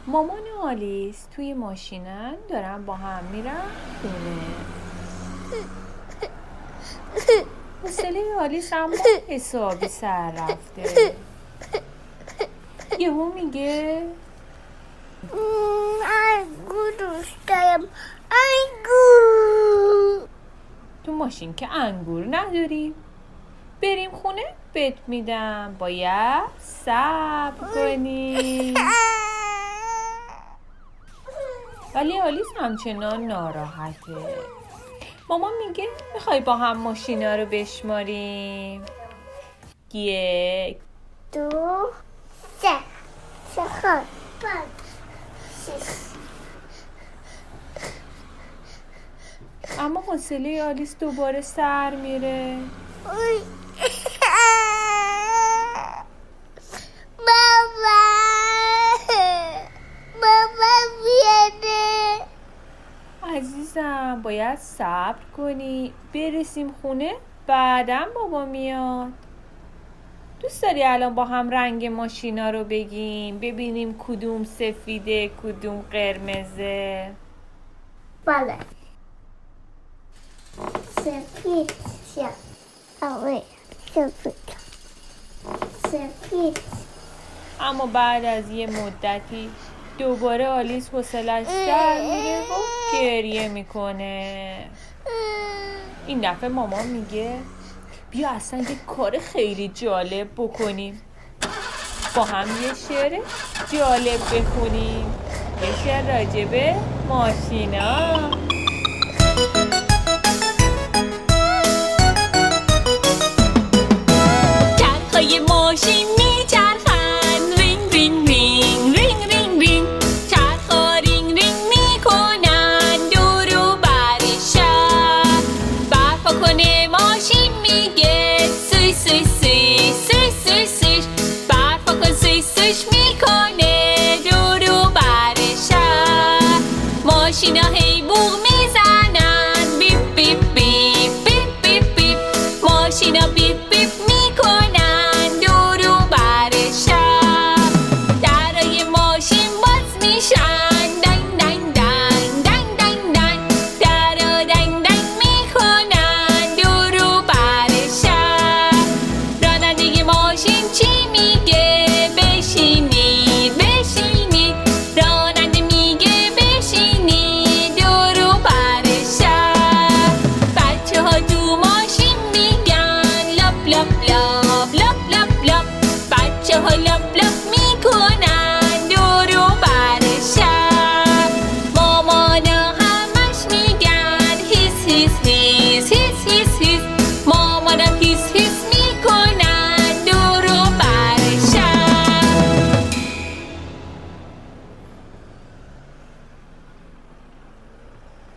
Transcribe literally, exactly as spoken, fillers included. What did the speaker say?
مامان و آلیس توی ماشینن دارن با هم میرن خونه. حوصله آلیس اما حسابی سر رفته. یهو میگه انگور دوست دارم، انگور. تو ماشین که انگور نداریم، بریم خونه بهت میدم، باید صبر کنی. ولی آلیس همچنان ناراحته. مامان میگه میخوای با هم ماشینا رو بشماریم؟ یک، دو، سه، چهار، پنج، شش. اما حوصله آلیس دوباره سر میره. بابا بابا بیاده. عزیزم باید صبر کنی، برسیم خونه بعدم بابا میاد. دوست داری الان با هم رنگ ماشینا رو بگیم، ببینیم کدوم سفیده کدوم قرمزه؟ بله. سفید سیاه آوی سفید سفید. اما بعد از یه مدتی دوباره آلیس حوصله‌اش سر میره و گریه میکنه. این دفعه مامان میگه بیا اصلا یه کار خیلی جالب بکنیم، با هم یه شعر جالب بخونیم، یه شعر راجبه ماشینا. چرخای ماشین میچرخن، رینگ رینگ رینگ رینگ رینگ رینگ. چرخا رینگ رینگ میکنن دور و بر شهر. برپا کنه ماشین میگه سوی سوی سوی سوی سوی سویش. برپا کن سوی سویش میکنه دور و بر شهر. ماشینا هی بوق